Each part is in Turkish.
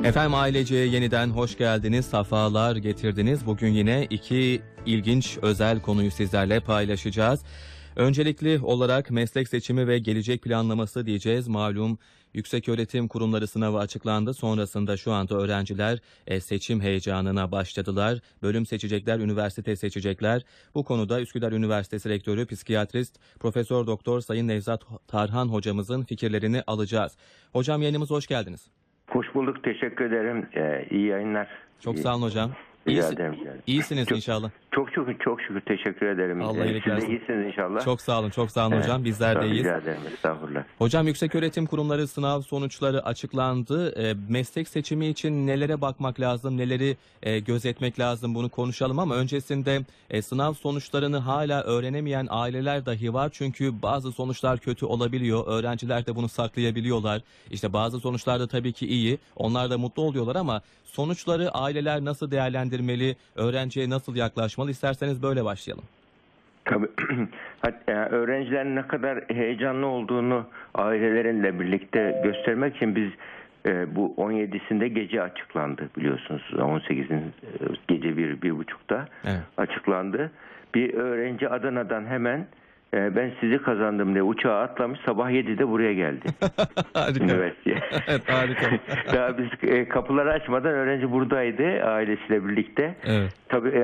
Efendim Ailece'ye yeniden hoş geldiniz, safalar getirdiniz. Bugün yine iki ilginç özel konuyu sizlerle paylaşacağız. Öncelikli olarak meslek seçimi ve gelecek planlaması diyeceğiz. Malum yükseköğretim kurumları sınavı açıklandı. Sonrasında şu anda öğrenciler seçim heyecanına başladılar. Bölüm seçecekler, üniversite seçecekler. Bu konuda Üsküdar Üniversitesi Rektörü, psikiyatrist, Profesör Doktor Sayın Nevzat Tarhan hocamızın fikirlerini alacağız. Hocam yayınımıza hoş geldiniz. Hoş bulduk, teşekkür ederim. İyi yayınlar. Çok sağ olun hocam. Rica ederim. İyisiniz inşallah. Çok şükür teşekkür ederim. Allah iyilik Siz versin. de iyisiniz inşallah. Çok sağ olun hocam. Bizler de iyiyiz. Rica ederim, estağfurullah. Hocam yükseköğretim kurumları sınav sonuçları açıklandı. Meslek seçimi için nelere bakmak lazım, neleri gözetmek lazım bunu konuşalım ama öncesinde sınav sonuçlarını hala öğrenemeyen aileler dahi var. Çünkü bazı sonuçlar kötü olabiliyor. Öğrenciler de bunu saklayabiliyorlar. İşte bazı sonuçlar da tabii ki iyi. Onlar da mutlu oluyorlar ama sonuçları aileler nasıl değerlendirmeli, öğrenciye nasıl yaklaşmalı? İsterseniz böyle başlayalım. Tabii. Öğrencilerin ne kadar heyecanlı olduğunu ailelerinle birlikte göstermek için biz bu 17'sinde gece açıklandı biliyorsunuz. 18'in gece 1-1.30'da açıklandı. Bir öğrenci Adana'dan hemen ben sizi kazandım diye uçağa atlamış, sabah 7'de buraya geldi. Harika. Üniversiteye. Evet, harika. Daha biz kapıları açmadan öğrenci buradaydı ailesiyle birlikte. Evet. Tabii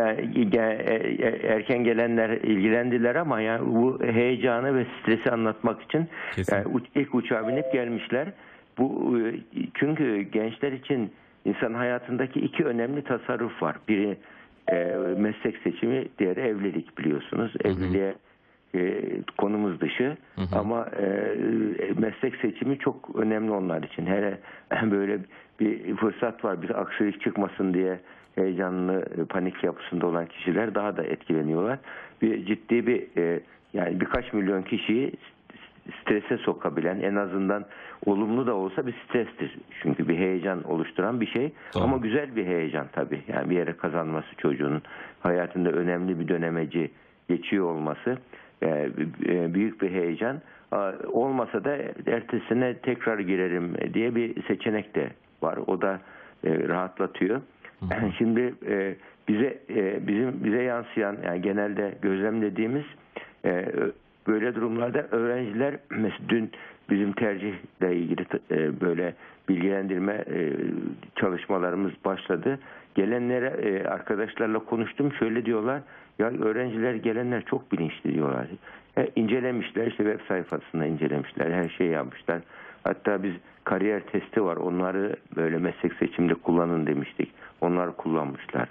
erken gelenler ilgilendiler ama yani bu heyecanı ve stresi anlatmak için ilk uçağa binip gelmişler. Bu çünkü gençler için insan hayatındaki iki önemli tasarruf var. Biri meslek seçimi, diğeri evlilik biliyorsunuz. Evliliğe konumuz dışı ama meslek seçimi çok önemli onlar için. Hele böyle bir fırsat var, bir aksilik çıkmasın diye heyecanlı, panik yapısında olan kişiler daha da etkileniyorlar. Ciddi bir yani birkaç milyon kişiyi strese sokabilen, en azından olumlu da olsa bir strestir. Çünkü bir heyecan oluşturan bir şey. Tamam. Ama güzel bir heyecan tabii. Yani bir yere kazanması, çocuğun hayatında önemli bir dönemeci geçiyor olması büyük bir heyecan. Olmasa da ertesine tekrar girerim diye bir seçenek de var. O da rahatlatıyor. Şimdi bize yansıyan, yani genelde gözlemlediğimiz böyle durumlarda öğrenciler, mesela dün bizim tercihle ilgili böyle bilgilendirme çalışmalarımız başladı. Gelenlere arkadaşlarla konuştum, şöyle diyorlar: ya öğrenciler, gelenler çok bilinçli diyorlar. İncelemişler, işte web sayfasında incelemişler, her şeyi yapmışlar. Hatta biz kariyer testi var, onları böyle meslek seçiminde kullanın demiştik. Onları kullanmışlar.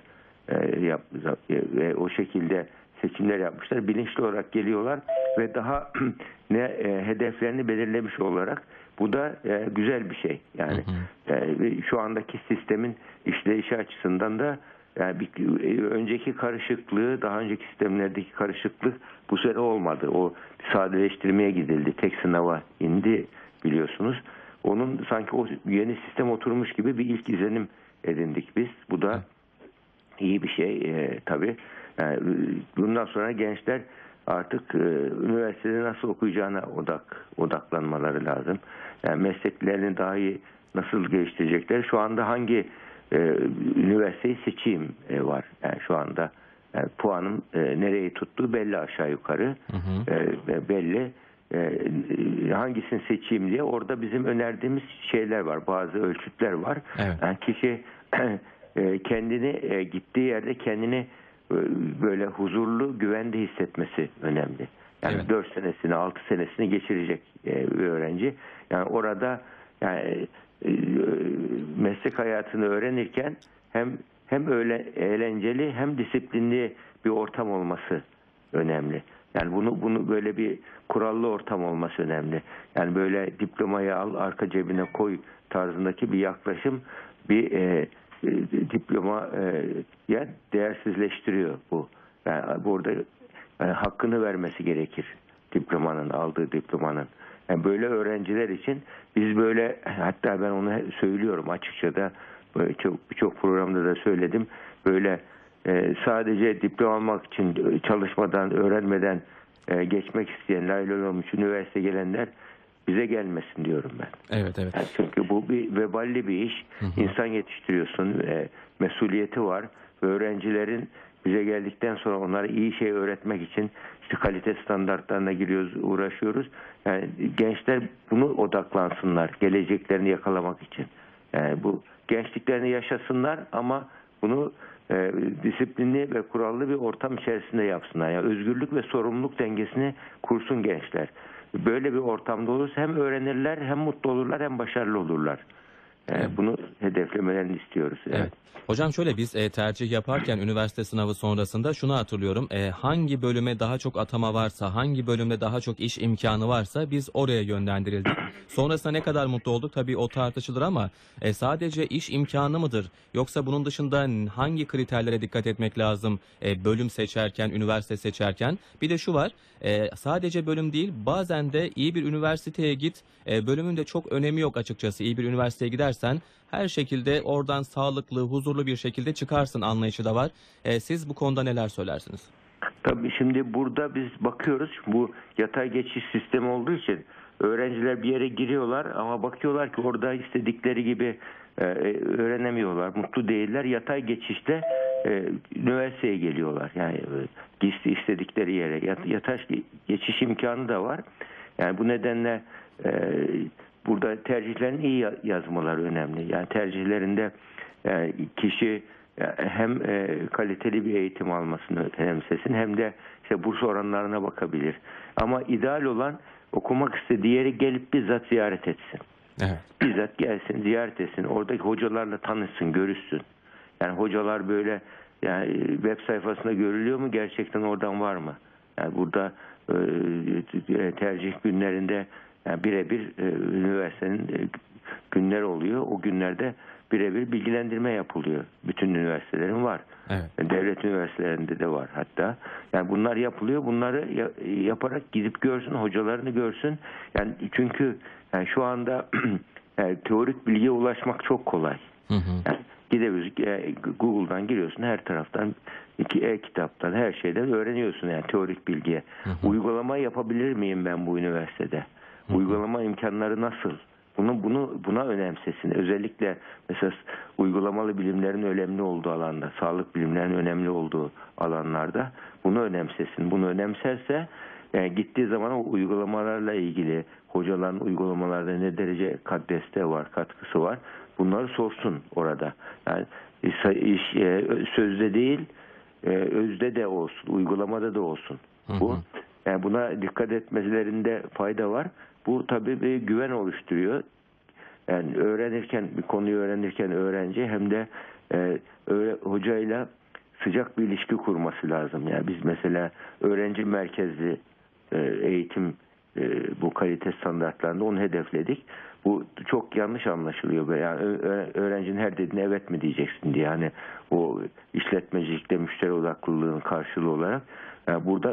Ve o şekilde seçimler yapmışlar. Bilinçli olarak geliyorlar ve daha hedeflerini belirlemiş olarak, bu da güzel bir şey. Yani şu andaki sistemin işleyişi açısından da yani önceki karışıklığı, daha önceki sistemlerdeki karışıklık bu sene olmadı. O sadeleştirmeye gidildi. Tek sınava indi biliyorsunuz. Onun sanki o yeni sistem oturmuş gibi bir ilk izlenim edindik biz. Bu da iyi bir şey tabii. Yani bundan sonra gençler artık üniversitede nasıl okuyacağına odaklanmaları lazım. Yani mesleklerini daha iyi nasıl geliştirecekler. Şu anda hangi üniversiteyi seçeyim var. Yani şu anda puanım nereyi tuttuğu belli, aşağı yukarı. Belli. Hangisini seçeyim diye orada bizim önerdiğimiz şeyler var. Bazı ölçütler var. Evet. Yani kişi kendini gittiği yerde kendini böyle huzurlu, güvende hissetmesi önemli. Yani 4 senesini, 6 senesini geçirecek bir öğrenci. Yani orada yani meslek hayatını öğrenirken hem öyle eğlenceli hem disiplinli bir ortam olması önemli. Yani bunu böyle bir kurallı ortam olması önemli. Yani böyle diplomayı al, arka cebine koy tarzındaki bir yaklaşım bir diploma değersizleştiriyor bu. Yani burada hakkını vermesi gerekir diplomanın, aldığı diplomanın. Yani böyle öğrenciler için biz böyle, hatta ben onu söylüyorum açıkça da, birçok programda da söyledim. Böyle sadece diploma almak için çalışmadan, öğrenmeden geçmek isteyen, layla olmuş üniversite gelenler bize gelmesin diyorum ben. Evet, evet. Yani çünkü bu bir veballi bir iş. İnsan yetiştiriyorsun. Mesuliyeti var. Öğrencilerin bize geldikten sonra onlara iyi şey öğretmek için işte kalite standartlarına giriyoruz, uğraşıyoruz. Yani gençler bunu odaklansınlar. Geleceklerini yakalamak için. Yani bu gençliklerini yaşasınlar ama bunu disiplinli ve kurallı bir ortam içerisinde yapsınlar. Yani özgürlük ve sorumluluk dengesini kursun gençler. Böyle bir ortamda olursa hem öğrenirler, hem mutlu olurlar, hem başarılı olurlar. Bunu hedeflemelerini istiyoruz. Evet. Hocam şöyle biz tercih yaparken üniversite sınavı sonrasında şunu hatırlıyorum. Hangi bölüme daha çok atama varsa, hangi bölümde daha çok iş imkanı varsa biz oraya yönlendirildik. Sonrasında ne kadar mutlu olduk tabii o tartışılır ama sadece iş imkanı mıdır? Yoksa bunun dışında hangi kriterlere dikkat etmek lazım bölüm seçerken, üniversite seçerken? Bir de şu var, sadece bölüm değil bazen de iyi bir üniversiteye git, bölümün de çok önemi yok açıkçası. İyi bir üniversiteye gidersen her şekilde oradan sağlıklı, huzurlu bir şekilde çıkarsın anlayışı da var. Siz bu konuda neler söylersiniz? Tabii şimdi burada biz bakıyoruz, bu yatay geçiş sistemi olduğu için öğrenciler bir yere giriyorlar ama bakıyorlar ki orada istedikleri gibi öğrenemiyorlar, mutlu değiller. Yatay geçişte üniversiteye geliyorlar. Yani istedikleri yere yatay geçiş imkanı da var. Yani bu nedenle burada tercihlerin iyi yazmaları önemli. Yani tercihlerinde kişi hem kaliteli bir eğitim almasını önemsesin, hem de işte burs oranlarına bakabilir. Ama ideal olan okumak istediği yere gelip bizzat ziyaret etsin. Evet. Bizzat gelsin, ziyaret etsin. Oradaki hocalarla tanışsın, görüşsün. Yani hocalar böyle yani web sayfasında görülüyor mu? Gerçekten oradan var mı? Yani burada tercih günlerinde yani birebir üniversitenin günler oluyor. O günlerde birebir bilgilendirme yapılıyor. Bütün üniversitelerin var. Evet. Devlet üniversitelerinde de var hatta. Yani bunlar yapılıyor. Bunları yaparak gidip görsün, hocalarını görsün. Yani çünkü yani şu anda yani teorik bilgiye ulaşmak çok kolay. Yani gidebiliriz. Google'dan giriyorsun, her taraftan e-kitaptan, her şeyden öğreniyorsun yani teorik bilgiye. Uygulama yapabilir miyim ben bu üniversitede? Uygulama imkanları nasıl? Buna önemsesin. Özellikle mesela uygulamalı bilimlerin önemli olduğu alanda, sağlık bilimlerinin önemli olduğu alanlarda bunu önemsesin. Bunu önemserse yani gittiği zaman o uygulamalarla ilgili hocaların uygulamalarda ne derece desteği var, katkısı var. Bunları sorsun orada. Yani sözde değil, özde de olsun, uygulamada da olsun. Bu yani buna dikkat etmelerinde fayda var. Bu tabii bir güven oluşturuyor. Yani bir konuyu öğrenirken öğrenci hem de hocayla sıcak bir ilişki kurması lazım. Yani biz mesela öğrenci merkezli eğitim bu kalite standartlarında onu hedefledik. Bu çok yanlış anlaşılıyor. Yani öğrencinin her dediğine evet mi diyeceksin diye. Yani o işletmecilikte müşteri odaklılığının karşılığı olarak. Yani burada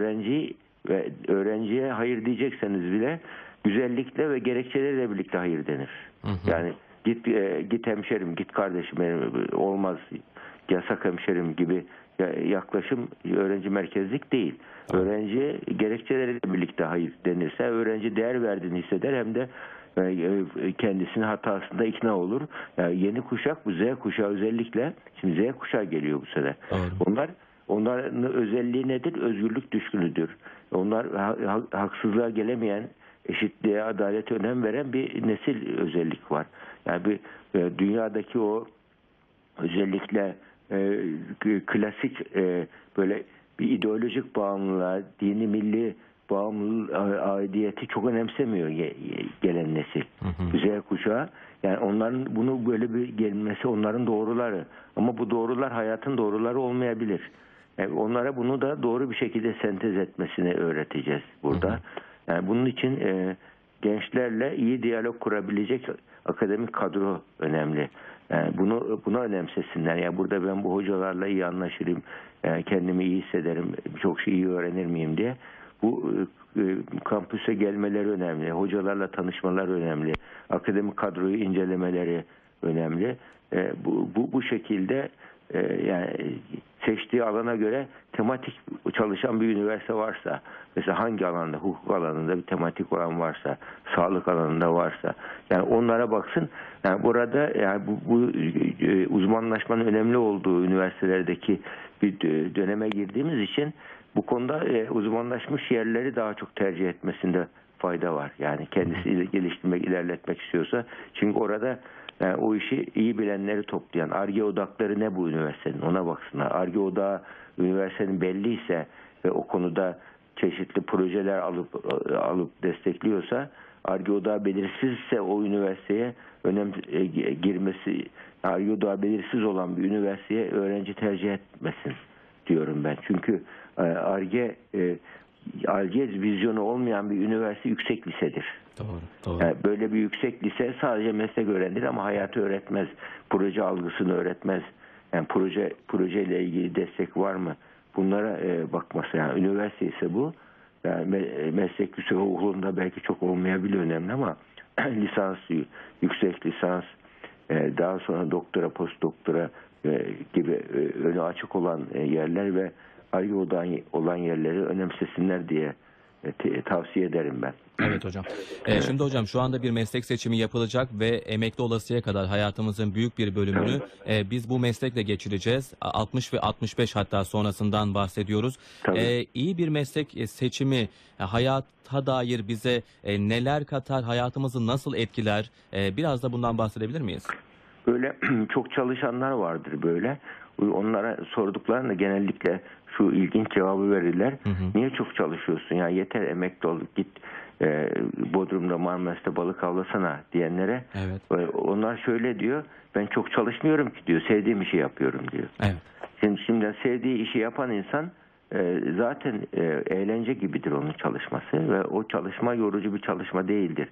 öğrenciye hayır diyecekseniz bile güzellikle ve gerekçeleriyle birlikte hayır denir. Yani git hemşerim, git kardeşim, olmaz, yasak hemşerim gibi yaklaşım öğrenci merkezlik değil. Öğrenciye gerekçeleriyle birlikte hayır denirse öğrenci değer verdiğini hisseder, hem de kendisinin hatasında ikna olur. Yani yeni kuşak, bu Z kuşağı özellikle, şimdi Z kuşağı geliyor bu sene. Onların özelliği nedir? Özgürlük düşkünüdür. Onlar haksızlığa gelemeyen, eşitliğe, adalete önem veren bir nesil özellik var. Yani dünyadaki o özellikle klasik böyle bir ideolojik bağımlılığa, dini milli aidiyeti çok önemsemiyor gelen nesil. Z kuşağı. Yani onların bunu böyle bir gelmesi onların doğruları. Ama bu doğrular hayatın doğruları olmayabilir. Yani onlara bunu da doğru bir şekilde sentez etmesini öğreteceğiz burada. Yani bunun için gençlerle iyi diyalog kurabilecek akademik kadro önemli. Yani buna önemsesinler. Yani burada ben bu hocalarla iyi anlaşırım, kendimi iyi hissederim, çok şey iyi öğrenir miyim diye. Bu kampüse gelmeleri önemli, hocalarla tanışmalar önemli, akademik kadroyu incelemeleri önemli. Bu şekilde yani seçtiği alana göre tematik çalışan bir üniversite varsa, mesela hangi alanda, hukuk alanında bir tematik olan varsa, sağlık alanında varsa, yani onlara baksın. Yani burada yani bu uzmanlaşmanın önemli olduğu üniversitelerdeki bir döneme girdiğimiz için bu konuda uzmanlaşmış yerleri daha çok tercih etmesinde fayda var. Yani kendisi geliştirmek, ilerletmek istiyorsa. Çünkü orada yani o işi iyi bilenleri toplayan, Ar-Ge odakları ne bu üniversitenin, ona baksınlar. Ar-Ge odağı üniversitenin belliyse ve o konuda çeşitli projeler alıp destekliyorsa, Ar-Ge odağı belirsizse o üniversiteye girmesi, Ar-Ge odağı belirsiz olan bir üniversiteye öğrenci tercih etmesin diyorum ben. Çünkü Ar-Ge vizyonu olmayan bir üniversite yüksek lisedir. Doğru. Yani böyle bir yüksek lise sadece meslek öğrenir ama hayatı öğretmez. Proje algısını öğretmez. Yani projeyle ilgili destek var mı? Bunlara bakması. Yani üniversite ise bu. Yani meslek yüksek okulunda belki çok olmayabilir, önemli ama lisans, yüksek lisans, daha sonra doktora, postdoktora gibi önü açık olan yerler ve Ar-Ge odağı olan yerleri önemsesinler diye tavsiye ederim ben. Evet hocam. Şimdi hocam şu anda bir meslek seçimi yapılacak ve emekli olasıya kadar hayatımızın büyük bir bölümünü biz bu meslekle geçireceğiz. 60 ve 65 hatta sonrasından bahsediyoruz. İyi bir meslek seçimi hayata dair bize neler katar, hayatımızı nasıl etkiler? Biraz da bundan bahsedebilir miyiz? Böyle çok çalışanlar vardır böyle. Onlara sorduklarında genellikle şu ilginç cevabı verirler. Niye çok çalışıyorsun? Ya yeter, emekli ol, git Bodrum'da, Marmaris'te balık avlasana diyenlere. Evet. Onlar şöyle diyor. Ben çok çalışmıyorum ki diyor. Sevdiğim işi yapıyorum diyor. Evet. Şimdi sevdiği işi yapan insan zaten eğlence gibidir onun çalışması ve o çalışma yorucu bir çalışma değildir.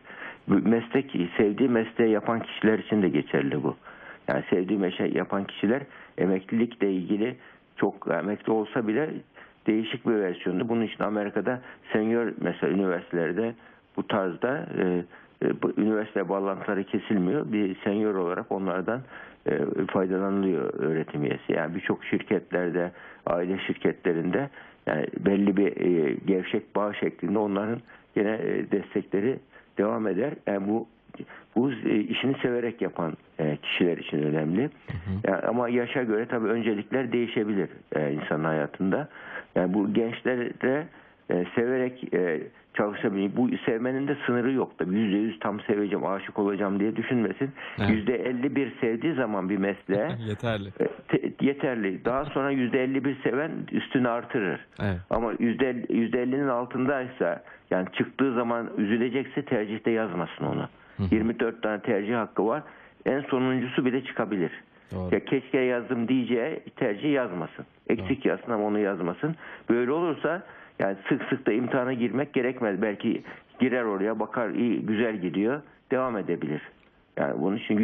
Sevdiği mesleği yapan kişiler için de geçerli bu. Yani sevdiği mesleği yapan kişiler emeklilikle ilgili çok, emekli olsa bile değişik bir versiyonu. Bunun için Amerika'da senior, mesela üniversitelerde bu tarzda üniversite bağlantıları kesilmiyor. Bir senior olarak onlardan faydalanılıyor öğretim üyesi. Yani birçok şirketlerde, aile şirketlerinde yani belli bir gevşek bağ şeklinde onların gene destekleri devam eder. Yani bu işini severek yapan kişiler için önemli. Yani ama yaşa göre tabii öncelikler değişebilir insanın hayatında. Yani bu gençlere severek çalışabilir. Bu sevmenin de sınırı yok da. %100 tam seveceğim, aşık olacağım diye düşünmesin. Evet. %51 sevdiği zaman bir mesleğe yeterli. Yeterli. Daha sonra %51 seven üstünü artırır. Evet. Ama %50'nin altındaysa, yani çıktığı zaman üzülecekse tercihte yazmasın onu. 24 tane tercih hakkı var. En sonuncusu bile çıkabilir. Doğru. Ya keşke yazdım diyeceği tercih yazmasın. Eksik yazsın ama onu yazmasın. Böyle olursa yani sık sık da imtihana girmek gerekmez. Belki girer oraya, bakar iyi, güzel gidiyor, devam edebilir. Yani bunun için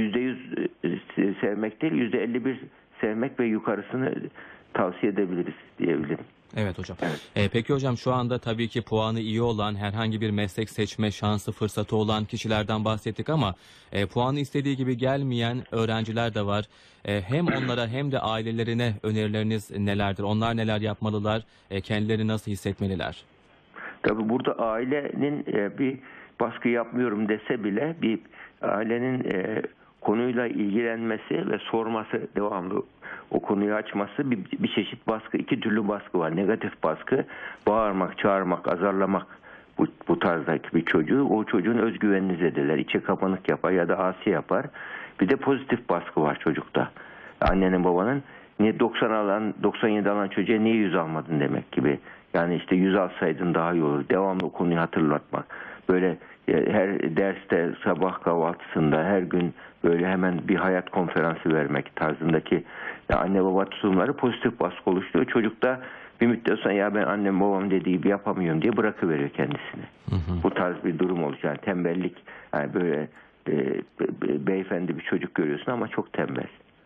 %100 sevmek değil, %51 sevmek ve yukarısını tavsiye edebiliriz diyebilirim. Evet hocam. Evet. Peki hocam şu anda tabii ki puanı iyi olan, herhangi bir meslek seçme şansı, fırsatı olan kişilerden bahsettik ama puanı istediği gibi gelmeyen öğrenciler de var. Hem onlara hem de ailelerine önerileriniz nelerdir? Onlar neler yapmalılar? Kendilerini nasıl hissetmeliler? Tabii burada ailenin bir baskı yapmıyorum dese bile bir ailenin konuyla ilgilenmesi ve sorması, devamlı o konuyu açması bir çeşit baskı. İki türlü baskı var. Negatif baskı, bağırmak, çağırmak, azarlamak bu tarzdaki bir çocuğu. O çocuğun özgüvenini zedeler. İçe kapanık yapar ya da asi yapar. Bir de pozitif baskı var çocukta. Annenin babanın niye 97 alan çocuğa niye 100 almadın demek gibi. Yani işte 100 alsaydın daha iyi olur. Devamlı o konuyu hatırlatmak. Böyle her derste, sabah kahvaltısında her gün böyle hemen bir hayat konferansı vermek tarzındaki anne baba tutumları pozitif baskı oluşturuyor. Çocuk da bir müddet sonra ya ben annem babam dediği gibi yapamıyorum diye bırakıveriyor kendisini. Bu tarz bir durum olacak. Yani tembellik, yani böyle beyefendi bir çocuk görüyorsun ama çok tembel.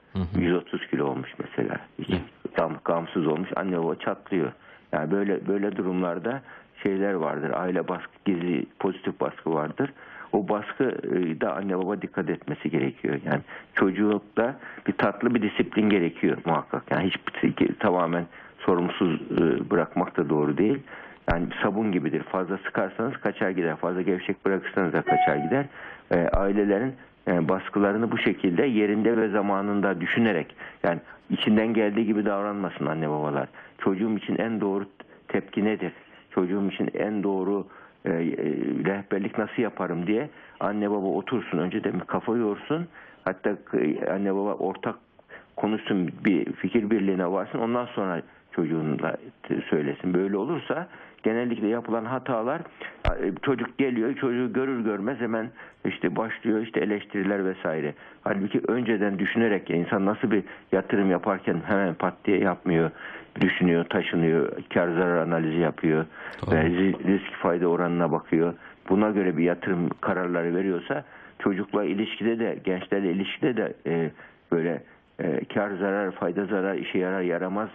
130 kilo olmuş mesela. Hiç gamsız olmuş. Anne baba çatlıyor. Yani böyle durumlarda şeyler vardır. Aile baskı, gizli pozitif baskı vardır. o baskı da anne baba dikkat etmesi gerekiyor. Yani çocukta bir tatlı bir disiplin gerekiyor muhakkak. Yani hiç tamamen sorumsuz bırakmak da doğru değil. Yani sabun gibidir. Fazla sıkarsanız kaçar gider. Fazla gevşek bırakırsanız da kaçar gider. Ailelerin baskılarını bu şekilde yerinde ve zamanında düşünerek, yani içinden geldiği gibi davranmasın anne babalar. Çocuğum için en doğru tepki nedir? Çocuğum için en doğru rehberlik nasıl yaparım diye anne baba otursun. Önce de kafa yorsun. Hatta anne baba ortak konuşsun, bir fikir birliğine varsın. Ondan sonra çocuğunla söylesin. Böyle olursa genellikle yapılan hatalar, çocuk geliyor, çocuğu görür görmez hemen işte başlıyor işte eleştiriler vesaire. Halbuki önceden düşünerek, insan nasıl bir yatırım yaparken hemen pat diye yapmıyor. Düşünüyor, taşınıyor, kar zarar analizi yapıyor. Doğru. Ve risk fayda oranına bakıyor. Buna göre bir yatırım kararları veriyorsa çocukla ilişkide de, gençlerle ilişkide de böyle kar zarar, fayda zarar, işe yarar yaramaz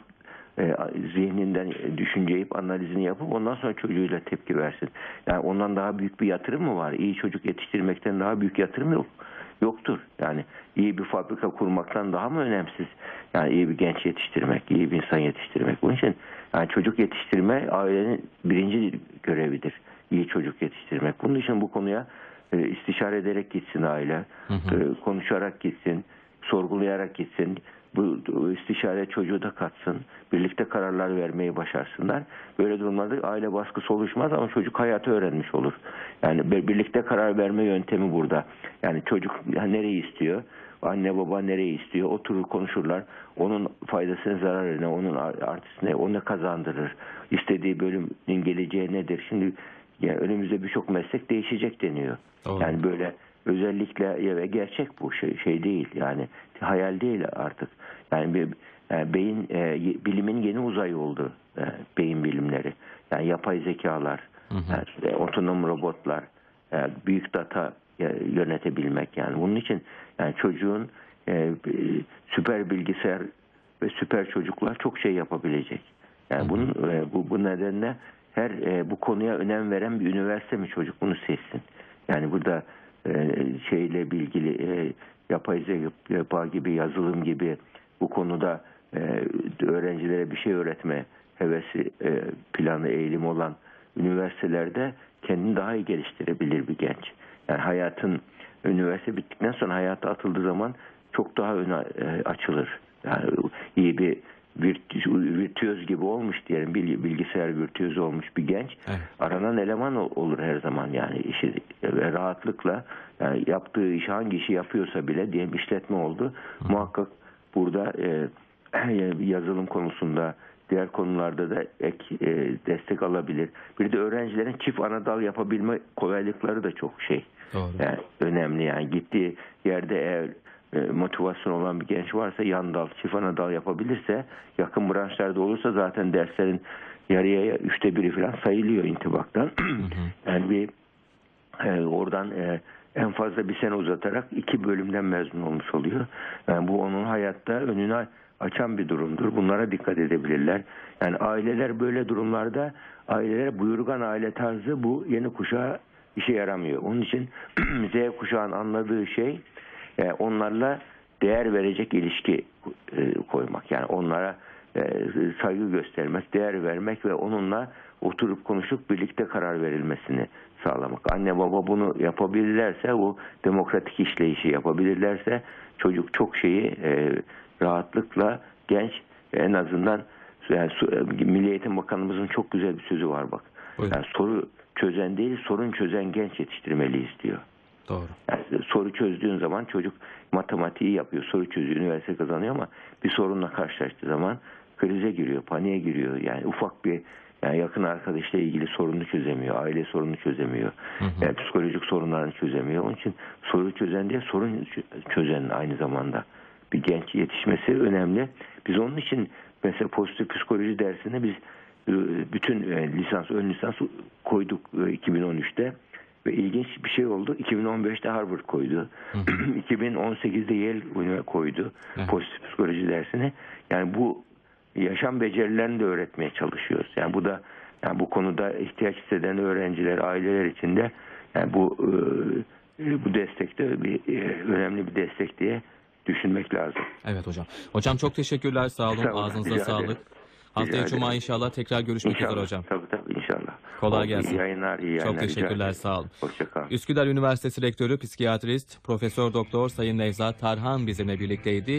zihninden düşünceyip analizini yapıp ondan sonra çocuğuyla tepki versin. Yani ondan daha büyük bir yatırım mı var? İyi çocuk yetiştirmekten daha büyük yatırım yoktur. Yani iyi bir fabrika kurmaktan daha mı önemsiz? Yani iyi bir genç yetiştirmek, iyi bir insan yetiştirmek. Bunun için yani çocuk yetiştirme ailenin birinci görevidir. İyi çocuk yetiştirmek. Bunun için bu konuya istişare ederek gitsin aile. Konuşarak gitsin, sorgulayarak gitsin. Bu istişare çocuğu da katsın. Birlikte kararlar vermeyi başarsınlar. Böyle durumlarda aile baskısı oluşmaz ama çocuk hayatı öğrenmiş olur. Yani birlikte karar verme yöntemi burada. Yani çocuk nereyi istiyor? Anne baba nereyi istiyor? Oturur konuşurlar. Onun faydasına zararı ne? Onun artısı ne? O ne kazandırır? İstediği bölümün geleceği nedir? Şimdi yani önümüzde birçok meslek değişecek deniyor. Doğru. Yani böyle özellikle ve gerçek bu şey değil. Yani hayal değil artık. Yani beyin bilimin yeni uzayı oldu. Beyin bilimleri. Yani yapay zekalar, yani otonom robotlar, büyük data yönetebilmek, yani bunun için yani çocuğun süper bilgisayar ve süper çocuklar çok şey yapabilecek. Yani bunun bu nedenle her bu konuya önem veren bir üniversite mi çocuk bunu seçsin. Yani burada şeyle ilgili yapay zeka gibi, yazılım gibi bu konuda öğrencilere bir şey öğretme hevesi, planı, eğilimi olan üniversitelerde kendini daha iyi geliştirebilir bir genç. Yani üniversite bittikten sonra hayata atıldığı zaman çok daha öne açılır. Yani iyi bir virtüöz gibi olmuş diyelim, bilgisayar virtüözü olmuş bir genç, evet, aranan eleman olur her zaman. Yani işi rahatlıkla, yani yaptığı iş, hangi işi yapıyorsa bile, diyelim işletme oldu, muhakkak burada yazılım konusunda, diğer konularda da ek destek alabilir. Bir de öğrencilerin çift anadal yapabilme kolaylıkları da çok doğru. yani önemli. Yani gittiği yerde eğer motivasyon olan bir genç varsa yan dal, çift anadal yapabilirse, yakın branşlarda olursa zaten derslerin yarıya 1/3 falan sayılıyor intibaktan. Yani oradan en fazla bir sene uzatarak 2 bölümden mezun olmuş oluyor. Yani bu onun hayatta önünü açan bir durumdur. Bunlara dikkat edebilirler. Yani aileler böyle durumlarda, aileler buyurgan aile tarzı bu yeni kuşağa işe yaramıyor. Onun için Z kuşağın anladığı şey onlarla değer verecek ilişki koymak. Yani onlara saygı göstermek, değer vermek ve onunla oturup konuşup birlikte karar verilmesini sağlamak. Anne baba bunu yapabilirlerse, o demokratik işleyişi yapabilirlerse, çocuk çok şeyi rahatlıkla, genç en azından, yani Milli Eğitim Bakanımızın çok güzel bir sözü var bak. Yani soru çözen değil, sorun çözen genç yetiştirmeliyiz diyor. Doğru. Yani soru çözdüğün zaman çocuk matematiği yapıyor, soru çözüyor, üniversite kazanıyor ama bir sorunla karşılaştığı zaman krize giriyor, paniğe giriyor. Yani ufak bir, yani yakın arkadaşla ilgili sorunu çözemiyor, aile sorunu çözemiyor, yani psikolojik sorunlarını çözemiyor. Onun için soru çözen diye sorun çözen aynı zamanda bir genç yetişmesi önemli. Biz onun için mesela pozitif psikoloji dersine biz bütün lisans, ön lisans koyduk 2013'te. Ve ilginç bir şey oldu. 2015'te Harvard koydu. 2018'de Yale koydu. Evet. Pozitif psikoloji dersini. Yani bu yaşam becerilerini de öğretmeye çalışıyoruz. Yani bu da, yani bu konuda ihtiyaç hisseden öğrenciler, aileler için de Yani bu destek de önemli bir destek diye düşünmek lazım. Evet hocam. Hocam çok teşekkürler. Sağ olun. Sağ olun, Ağzınıza rica sağlık. ederim. Haftaya Rica Cuma ederim. inşallah tekrar görüşmek üzere İnşallah. hocam. Tabii inşallah. Kolay Oldu. gelsin. İyi yayınlar, iyi yayınlar. Çok Rica teşekkürler. ederim. Sağ olun. Hoşça kalın. Üsküdar Üniversitesi Rektörü, psikiyatrist, Profesör Doktor Sayın Nevzat Tarhan bizimle birlikteydi.